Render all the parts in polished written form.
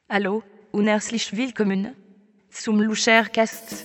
Hallo und herzlich willkommen zum Luchercast.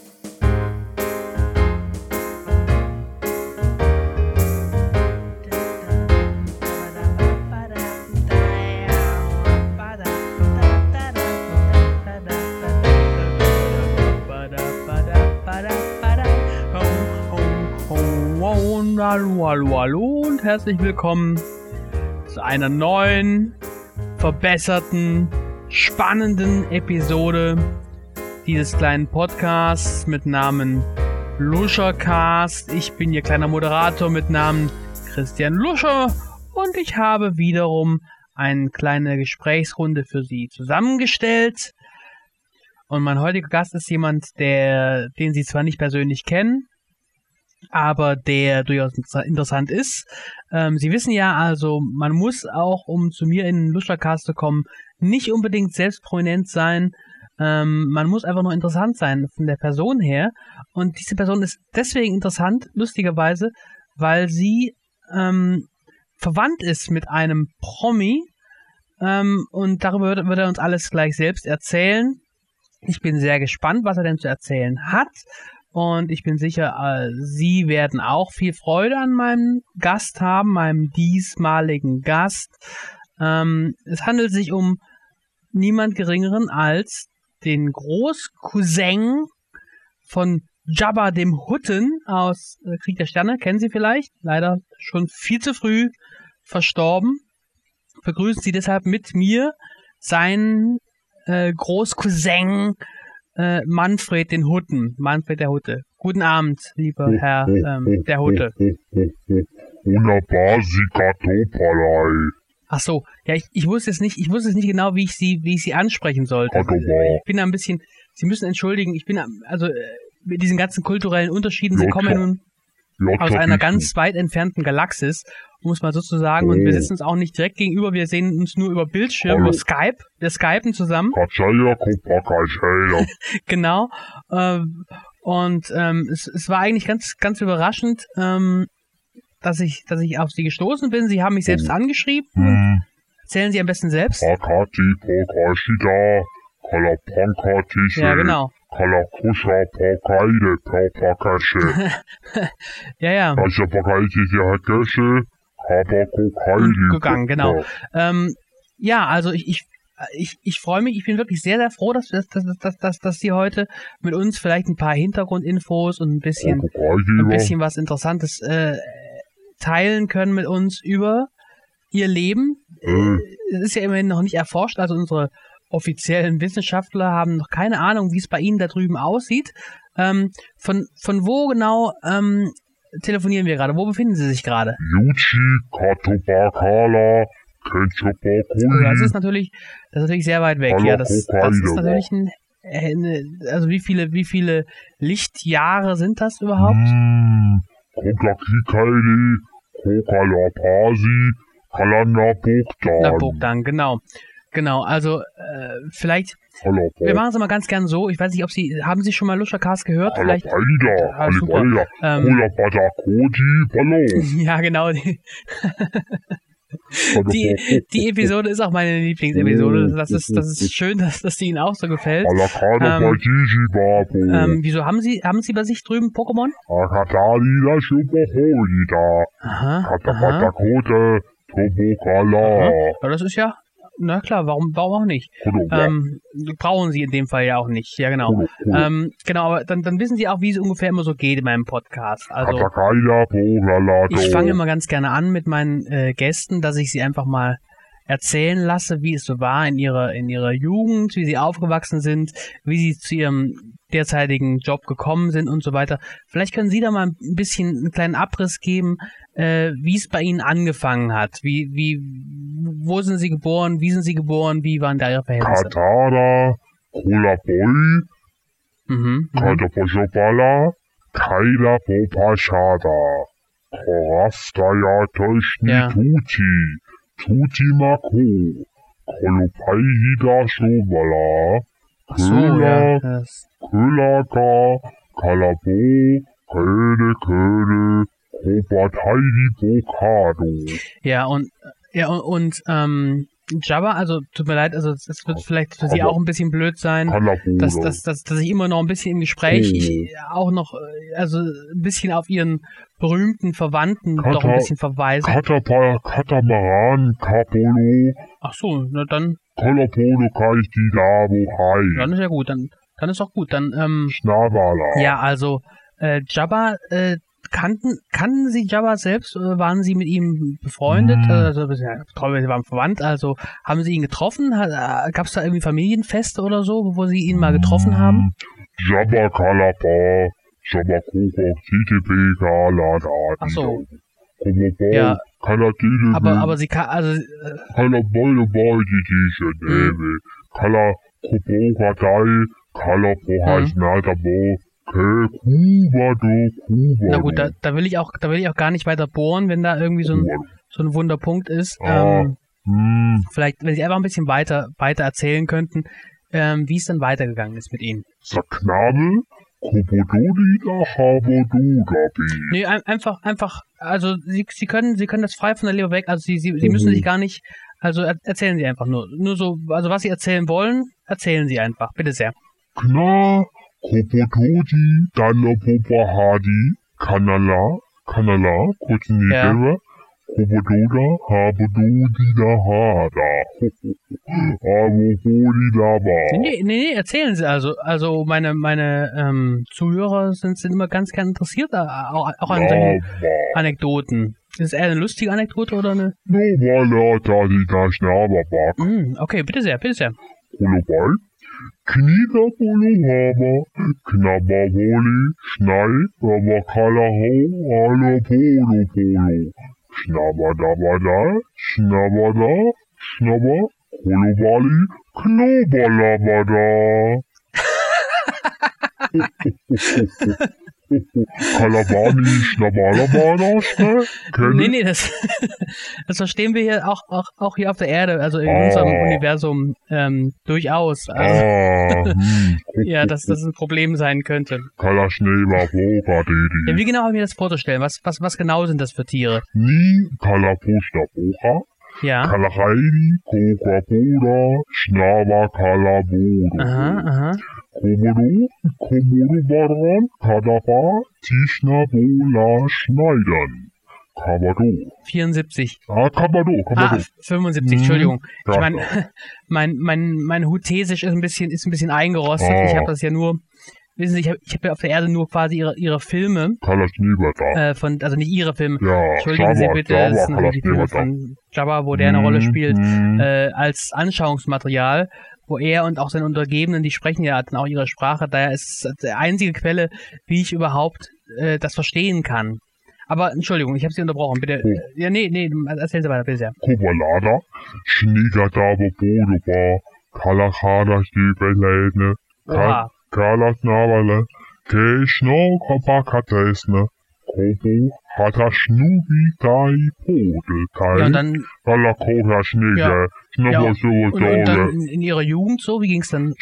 Hallo und herzlich willkommen zu einer neuen, verbesserten, spannenden Episode dieses kleinen Podcasts mit Namen Luchercast. Ich bin Ihr kleiner Moderator mit Namen Christian Luscher und ich habe wiederum eine kleine Gesprächsrunde für Sie zusammengestellt. Und mein heutiger Gast ist jemand, den Sie zwar nicht persönlich kennen, aber der durchaus interessant ist. Sie wissen ja, also man muss auch, um zu mir in den Luchercast zu kommen, nicht unbedingt selbst prominent sein. Man muss einfach nur interessant sein von der Person her. Und diese Person ist deswegen interessant, lustigerweise, weil sie verwandt ist mit einem Promi. Und darüber wird er uns alles gleich selbst erzählen. Ich bin sehr gespannt, was er denn zu erzählen hat. Und ich bin sicher, Sie werden auch viel Freude an meinem Gast haben, meinem diesmaligen Gast. Es handelt sich um niemand Geringeren als den Großcousin von Jabba dem Hutten aus Krieg der Sterne. Kennen Sie vielleicht? Leider schon viel zu früh verstorben. Begrüßen Sie deshalb mit mir seinen Großcousin Manfred den Hutten. Manfred der Hutte. Guten Abend, lieber Herr der Hutte. Ach so, ja, ich wusste es nicht genau, wie ich sie ansprechen sollte. Ich bin da ein bisschen, Sie müssen entschuldigen, ich bin, mit diesen ganzen kulturellen Unterschieden, Sie kommen ja nun aus einer ganz weit entfernten Galaxis, um es mal so zu sagen, und wir sitzen uns auch nicht direkt gegenüber, wir sehen uns nur über Bildschirm, über Skype, wir skypen zusammen. Genau, und es war eigentlich ganz, ganz überraschend, dass ich auf Sie gestoßen bin. Sie haben mich selbst angeschrieben. Erzählen Sie am besten selbst. Ja, genau. Ja. Gegangen, genau. Ja, also ich freue mich, ich bin wirklich sehr, sehr froh, dass Sie heute mit uns vielleicht ein paar Hintergrundinfos und ein bisschen was Interessantes teilen können mit uns über Ihr Leben. Es ist ja immerhin noch nicht erforscht, also unsere offiziellen Wissenschaftler haben noch keine Ahnung, wie es bei Ihnen da drüben aussieht. Von wo genau telefonieren wir gerade? Wo befinden Sie sich gerade? Das ist natürlich sehr weit weg. Ja, das ist natürlich also wie viele Lichtjahre sind das überhaupt? Bogdan, genau, also vielleicht, wir machen es mal ganz gern so, ich weiß nicht, haben Sie schon mal Luchercast gehört? Vielleicht? Super. Ja, genau. Die Episode ist auch meine Lieblingsepisode. Das ist schön, dass die Ihnen auch so gefällt. Wieso haben Sie bei sich drüben Pokémon? Aha. Ja, das ist ja, na klar, warum auch nicht? Brauchen Sie in dem Fall ja auch nicht. Ja, genau. Genau, aber dann wissen Sie auch, wie es ungefähr immer so geht in meinem Podcast. Also, ich fange immer ganz gerne an mit meinen Gästen, dass ich sie einfach mal erzählen lasse, wie es so war in ihrer Jugend, wie sie aufgewachsen sind, wie sie zu ihrem derzeitigen Job gekommen sind und so weiter. Vielleicht können Sie da mal ein bisschen einen kleinen Abriss geben, wie es bei Ihnen angefangen hat. Wo sind Sie geboren? Wie sind Sie geboren? Wie waren da Ihre Verhältnisse? Katara, Kulaboi, Katapojopala, Kaila Popashada, Korastaya Toshni Tuti Mako, Kolopaihida Shobala, Kölaka, Kalabo, Köle, Kobateidi Bokado. Ja, und Jabba, also tut mir leid, also es wird vielleicht für Sie auch ein bisschen blöd sein, dass ich immer noch ein bisschen im Gespräch auch noch, also ein bisschen auf Ihren berühmten Verwandten doch ein bisschen verweise. Katamaran, Kapolo. Ach so, na dann. Kalapolo, Kaistidabo, Hai. Dann ist ja gut, dann ist auch gut, dann, Schnabala. Ja, also, Jabba, kannten Sie Jabba selbst? Waren Sie mit ihm befreundet? Also, Sie waren verwandt, also haben Sie ihn getroffen? Gab es da irgendwie Familienfeste oder so, wo Sie ihn mal getroffen haben? Jabba Kalapa, Jabba Koko, TTP, Kalada. Ach so. Ja. Aber Sie kann, also... Kala Boyle Boy, die Neve. Kala Kopo Kadai, Kala Pohajnadabo. Kuba. Na gut, da will ich auch gar nicht weiter bohren, wenn da irgendwie so ein Wunderpunkt ist. Vielleicht, wenn Sie einfach ein bisschen weiter erzählen könnten, wie es dann weitergegangen ist mit Ihnen. Saknabel, Kobododida, Habodudabi. Nee, einfach, also Sie können das frei von der Leber weg, also Sie müssen sich gar nicht, also erzählen Sie einfach nur so, also was Sie erzählen wollen, erzählen Sie einfach, bitte sehr. Kna, Kobododi, Dalapopahadi, Kanala, Kutnideva, Kobododa, Habodudida, Hada, Abodidaba. Nee, erzählen Sie also meine Zuhörer sind immer ganz gern interessiert, auch an solchen Anekdoten. Ist es eher eine lustige Anekdote oder eine? Okay, bitte sehr. Kolobai, Knida Polohaba, Knababoli, Schnei, Babakalaho, Ala Polo, Schnabadabada, Schnabba, Kolobali, Knobalabada. Kalabani, Schnabalabada, Nee, das verstehen wir hier auch hier auf der Erde, also in unserem Universum durchaus. Also, ja, dass das ein Problem sein könnte. Ja, wie genau habe ich mir das vorzustellen? Was genau sind das für Tiere? Ni Kalapustapocha. Ja. Kalahairi, Kokapura, Schnaba Kalabodo. Aha. Komodo Baran, Kadapa, Tishnabola Schneidern. Kabado. 74. Kabado. 75, Entschuldigung. Ich meine, mein Hutesisch ist ein bisschen eingerostet. Ich habe das ja nur, wissen Sie, ich hab ja auf der Erde nur quasi ihre Filme. Also nicht ihre Filme. Ja, entschuldigen Sie bitte, das sind natürlich die Filme von Jabba, wo der eine Rolle spielt, als Anschauungsmaterial, wo er und auch seine Untergebenen, die sprechen ja dann auch ihre Sprache, daher ist es die einzige Quelle, wie ich überhaupt das verstehen kann. Aber Entschuldigung, ich habe Sie unterbrochen, bitte. Ja, nee, erzählen Sie weiter, bitte sehr. Kobalada, Schnigadabo Bodoba, Kalachada Stibelene, Kalasnavale, Keschno Kapakatesne, Kobo, Hata Schnubi, Tai, Podeltai, ja, und dann, Kalakota Schnigge, und dann in Ihrer Jugend so, wie ging's dann?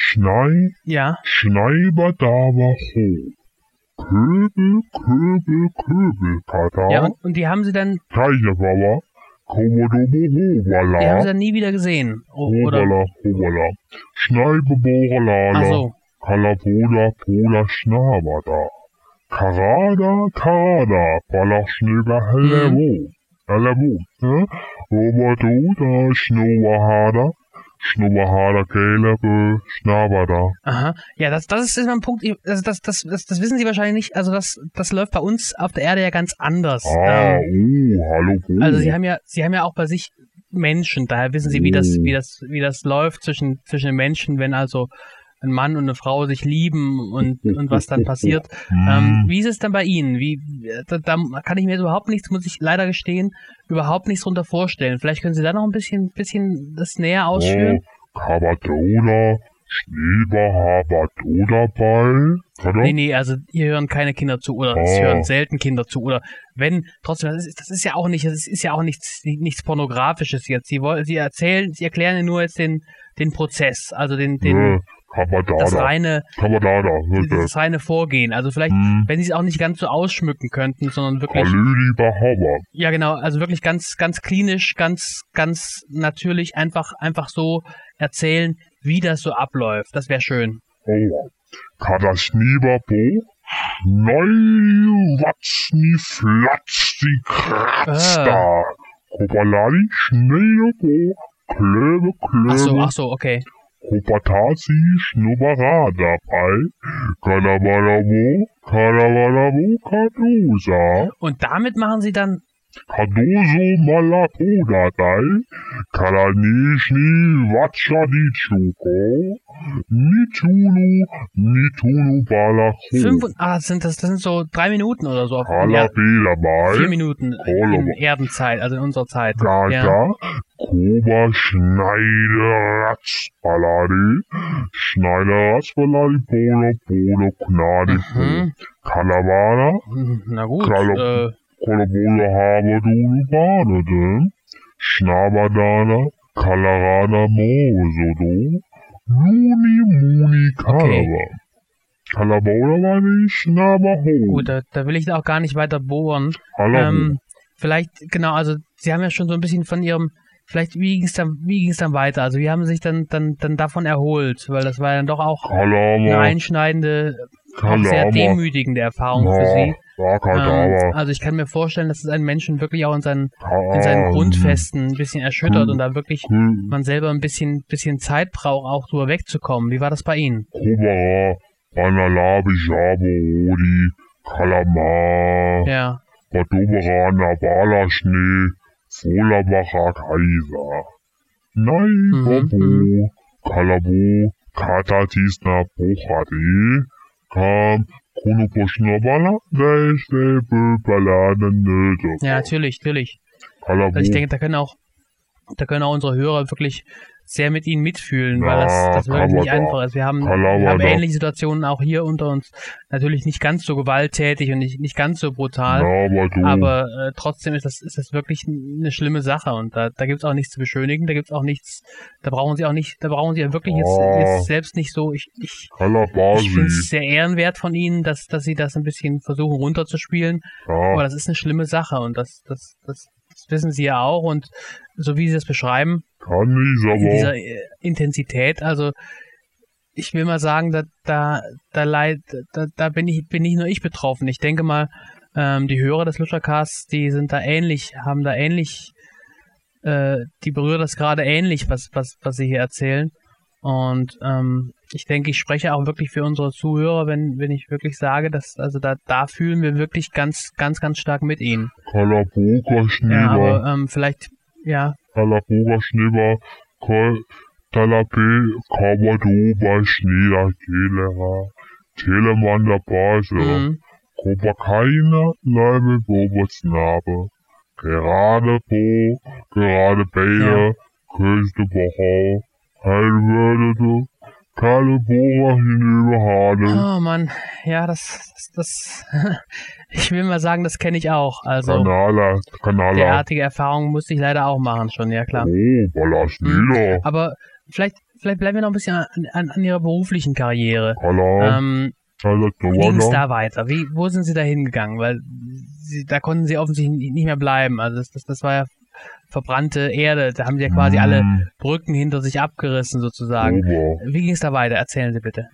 Schneibadaba Ho. Köbel, Kata. Ja, und die haben Sie dann... Teichebauer, Komodobo, Die haben Sie dann nie wieder gesehen, oder? Hobala. Schneibebohrlala. Ach so. Kalapola, Pola, Schnabada. Karada, Balachschnöber, Hellewo, ne? Robotoda, Schnobahada, Kelebe, Schnabada. Aha, ja, das ist immer ein Punkt, das wissen Sie wahrscheinlich nicht, also das läuft bei uns auf der Erde ja ganz anders. Hallo. Also Sie haben ja auch bei sich Menschen, daher wissen Sie, wie das läuft zwischen den Menschen, wenn also ein Mann und eine Frau sich lieben und was dann passiert. Wie ist es dann bei Ihnen? Da kann ich mir überhaupt nichts, muss ich leider gestehen, überhaupt nichts drunter vorstellen. Vielleicht können Sie da noch ein bisschen das näher ausführen? Kabadola, Schneeberhabadola-Ball. Nee, also hier hören keine Kinder zu oder es hören selten Kinder zu oder wenn, trotzdem, das ist ja auch nichts Pornografisches jetzt. Sie erklären ja nur jetzt den Prozess, also den das reine das reine Vorgehen. Also vielleicht, wenn sie es auch nicht ganz so ausschmücken könnten, sondern wirklich... Ja, genau, also wirklich ganz, ganz klinisch, ganz, ganz natürlich einfach so erzählen, wie das so abläuft. Das wäre schön. Kadasniba bo, Watsni Flatsni Kratsta, Kopaladi Schneider bo, Klöbe Ach so, okay. Kopatasi Schnubberada bei, Kadabalabo, Kadusa. Und damit machen sie dann... Kadoso Malakodadai, Kalanishni Watschadichuko, Nitunu Balacho. Das sind so 3 Minuten oder so. 4 Minuten in Erdenzeit, also in unserer Zeit. Gaga, Koba Schneider-Ratzbaladi, Polo, Gnadi, Kalabana, Na gut, Kolabola habe du badete, Schnabadana, Kalarana Mosodo, Muni Kalaba. Kalabola war die Schnaberho. Gut, da will ich auch gar nicht weiter bohren. Vielleicht, genau, also Sie haben ja schon so ein bisschen von Ihrem, vielleicht wie ging's dann weiter? Also wie haben Sie sich dann davon erholt? Weil das war dann doch auch eine einschneidende, auch sehr demütigende Erfahrung für Sie. Also ich kann mir vorstellen, dass es einen Menschen wirklich auch in seinen Grundfesten ein bisschen erschüttert und da wirklich man selber ein bisschen Zeit braucht, auch drüber wegzukommen. Wie war das bei Ihnen? Ja. Badobera Bala Schnee, Folabacher Kaiser. Bobo, Kalabo, Katatisna Bochade, kam Konoposchnobala, Ja, natürlich. Also ich denke, da können auch unsere Hörer wirklich sehr mit ihnen mitfühlen, weil das wirklich nicht einfach ist. Wir haben ähnliche Situationen auch hier unter uns. Natürlich nicht ganz so gewalttätig und nicht ganz so brutal, aber trotzdem ist das wirklich eine schlimme Sache und da gibt's auch nichts zu beschönigen, da brauchen sie ja wirklich jetzt selbst nicht so, ich finde es sehr ehrenwert von ihnen, dass sie das ein bisschen versuchen runterzuspielen, aber das ist eine schlimme Sache und das wissen sie ja auch und so wie sie das beschreiben, in dieser Intensität, also ich will mal sagen, da bin nicht nur ich betroffen. Ich denke mal, die Hörer des Lutschercasts, die sind da ähnlich, die berührt das gerade ähnlich, was sie hier erzählen. Und ich denke, ich spreche auch wirklich für unsere Zuhörer, wenn ich wirklich sage, dass da fühlen wir wirklich ganz, ganz, ganz stark mit ihnen. Ja, aber vielleicht, ja. Kalaboga Schneeber, Talape, Kabado bei Schneeder, Telemann der Base, Kopakaina, Leibe, Bobotsnabe, gerade Beide, Köste Bochau, Heilwürde, Kalaboga Schneeber, Oh Mann, ja, das ich will mal sagen, das kenne ich auch. Also Kanala. derartige Erfahrungen musste ich leider auch machen schon, ja klar. Aber vielleicht bleiben wir noch ein bisschen an Ihrer beruflichen Karriere. Wie ging es da weiter? Wo sind Sie da hingegangen? Weil da konnten Sie offensichtlich nicht mehr bleiben. Also das war ja verbrannte Erde. Da haben Sie ja quasi alle Brücken hinter sich abgerissen sozusagen. Wie ging es da weiter? Erzählen Sie bitte.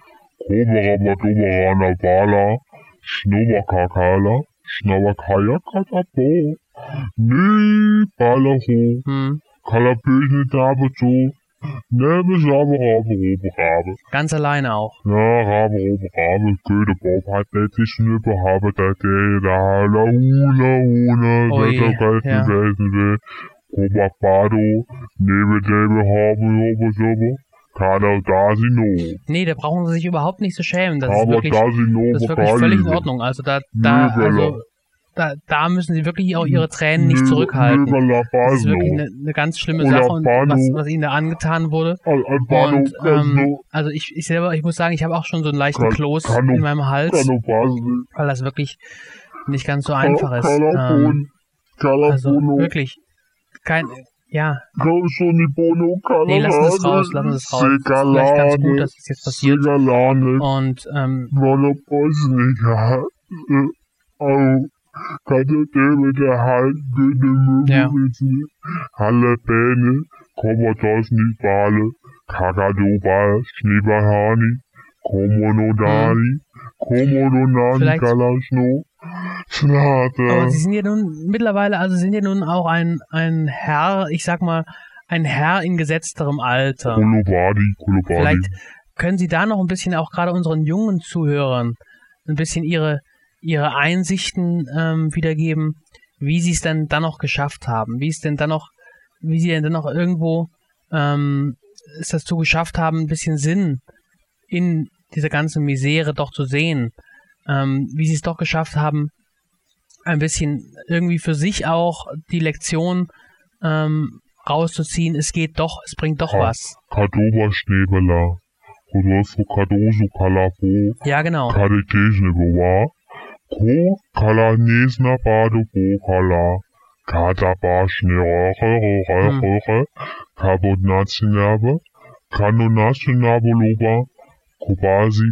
Schnobakakala, Schnabakaya Katapo, ne Balacho, Kalapöchen Dabezo, ne Rabe. Ganz alleine auch. Ja, Rabe, Köde Bob hat nicht Schnüppe, habe da Hula, Kobakbado, Nebedebe, habe, Nee, da brauchen Sie sich überhaupt nicht zu schämen. Das ist wirklich völlig in Ordnung. Also da müssen Sie wirklich auch Ihre Tränen nicht zurückhalten. Das ist wirklich eine ganz schlimme Sache und was Ihnen da angetan wurde. Und also ich muss sagen, ich habe auch schon so einen leichten Kloß in meinem Hals, weil das wirklich nicht ganz so einfach ist. Also wirklich Ja. Komm schon, die Bono Colorado. Nee, lassen Sie es raus. Ist vielleicht ganz gut, dass es jetzt passiert. Und, Wolle Bosniker. Kannte der mit der Hand, ja. Alle Bäne, Komodosni Bale, Kakadobal, Schneebahani, Komododani, Komodonani, Kalaschno, Schnate. Aber Sie sind ja nun mittlerweile, also sind ja nun auch ein Herr, ich sag mal, ein Herr in gesetzterem Alter. Kulubadi. Vielleicht können Sie da noch ein bisschen auch gerade unseren jungen Zuhörern ein bisschen ihre Einsichten wiedergeben, wie sie es denn dann noch geschafft haben, wie sie denn dann noch irgendwo es dazu geschafft haben, ein bisschen Sinn in dieser ganzen Misere doch zu sehen, wie sie es doch geschafft haben, ein bisschen irgendwie für sich auch die Lektion rauszuziehen, es geht doch, es bringt doch was. Kadoba Schnebela, Rodolfo Cardoso Calabo, ja genau. Kadetesneboa, Ko Kalanesna Bado Bo Kala, Kadabaschne Kabodnatsinabe, Kanonatsinabe Kobasi,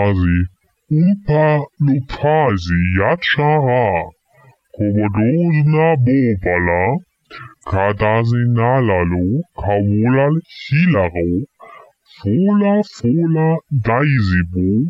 Umpa Lupasi, Yachara, Kobodosna Bobala, Kadasinalalo, Kawolal Hilaro, Fola Daisibo,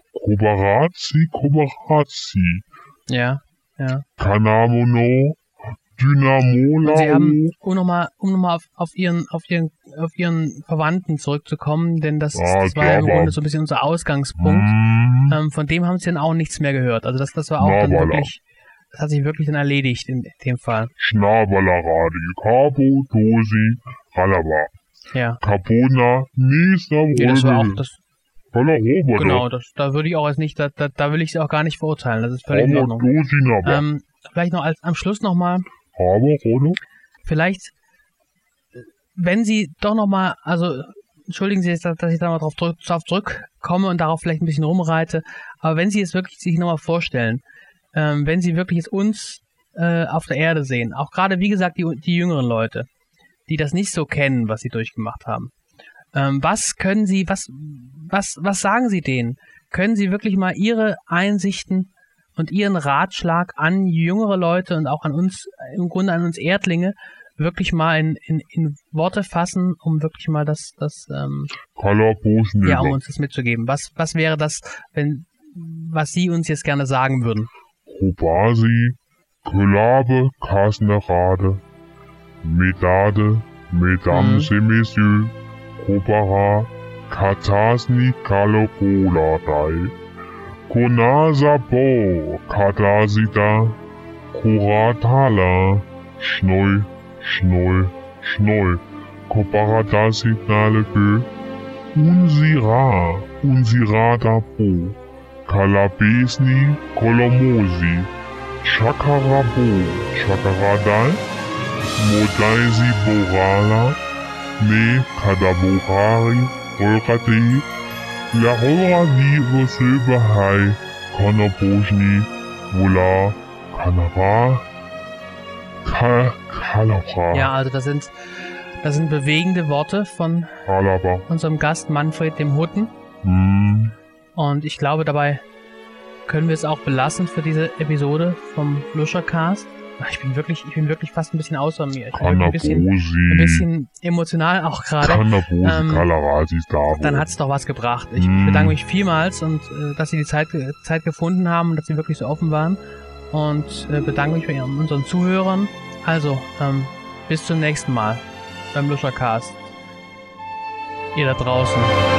Kobaratzi. Ja. Kanamono, Dynamola. Und Sie haben, um nochmal auf ihren Verwandten zurückzukommen, denn das war ja im Grunde so ein bisschen unser Ausgangspunkt. Von dem haben Sie dann auch nichts mehr gehört. Also das war auch dann wirklich, das hat sich wirklich dann erledigt in dem Fall. Schnabalaradi, Kabo, Dosi, Halaba. Ja. Kapona, Nisa, das war auch das. Genau, da würde ich auch jetzt nicht, da will ich Sie auch gar nicht verurteilen. Das ist völlig in Ordnung. Vielleicht noch am Schluss nochmal. Vielleicht, wenn Sie doch nochmal, also entschuldigen Sie jetzt, dass ich da mal drauf zurückkomme und darauf vielleicht ein bisschen rumreite, aber wenn Sie es wirklich sich nochmal vorstellen, wenn Sie wirklich jetzt uns auf der Erde sehen, auch gerade wie gesagt die jüngeren Leute, die das nicht so kennen, was Sie durchgemacht haben, was können Sie, was sagen Sie denen? Können Sie wirklich mal Ihre Einsichten und Ihren Ratschlag an jüngere Leute und auch an uns, im Grunde an uns Erdlinge, wirklich mal in Worte fassen, um wirklich mal um uns das mitzugeben? Was wäre das, was Sie uns jetzt gerne sagen würden? Kobasi, Kölabe, Kasnerade, Medade, Mesdames et Messieurs, Kobara, Katasni Kalopoladai, Konasabo, Kadasida, Kuratala, Schnoi, Koparadasidnale Gö, Unsiradapo, Kalabesni, Kolomosi, Chakarabo, Chakaradai, Modaisi Borala, Me Kadaborari, Olrati, Lahora Vive Silberhai, Konobojni, Vula, Kanara, Kalabra. Ja, also das sind bewegende Worte von unserem Gast Manfred dem Hutten. Und ich glaube, dabei können wir es auch belassen für diese Episode vom Luschercast. Ich bin wirklich fast ein bisschen außer mir. Ich bin ein bisschen emotional auch gerade. Dann hat es doch was gebracht. Ich bedanke mich vielmals und dass Sie die Zeit gefunden haben und dass Sie wirklich so offen waren. Und bedanke mich bei unseren Zuhörern. Also, bis zum nächsten Mal beim Luschercast. Ihr da draußen.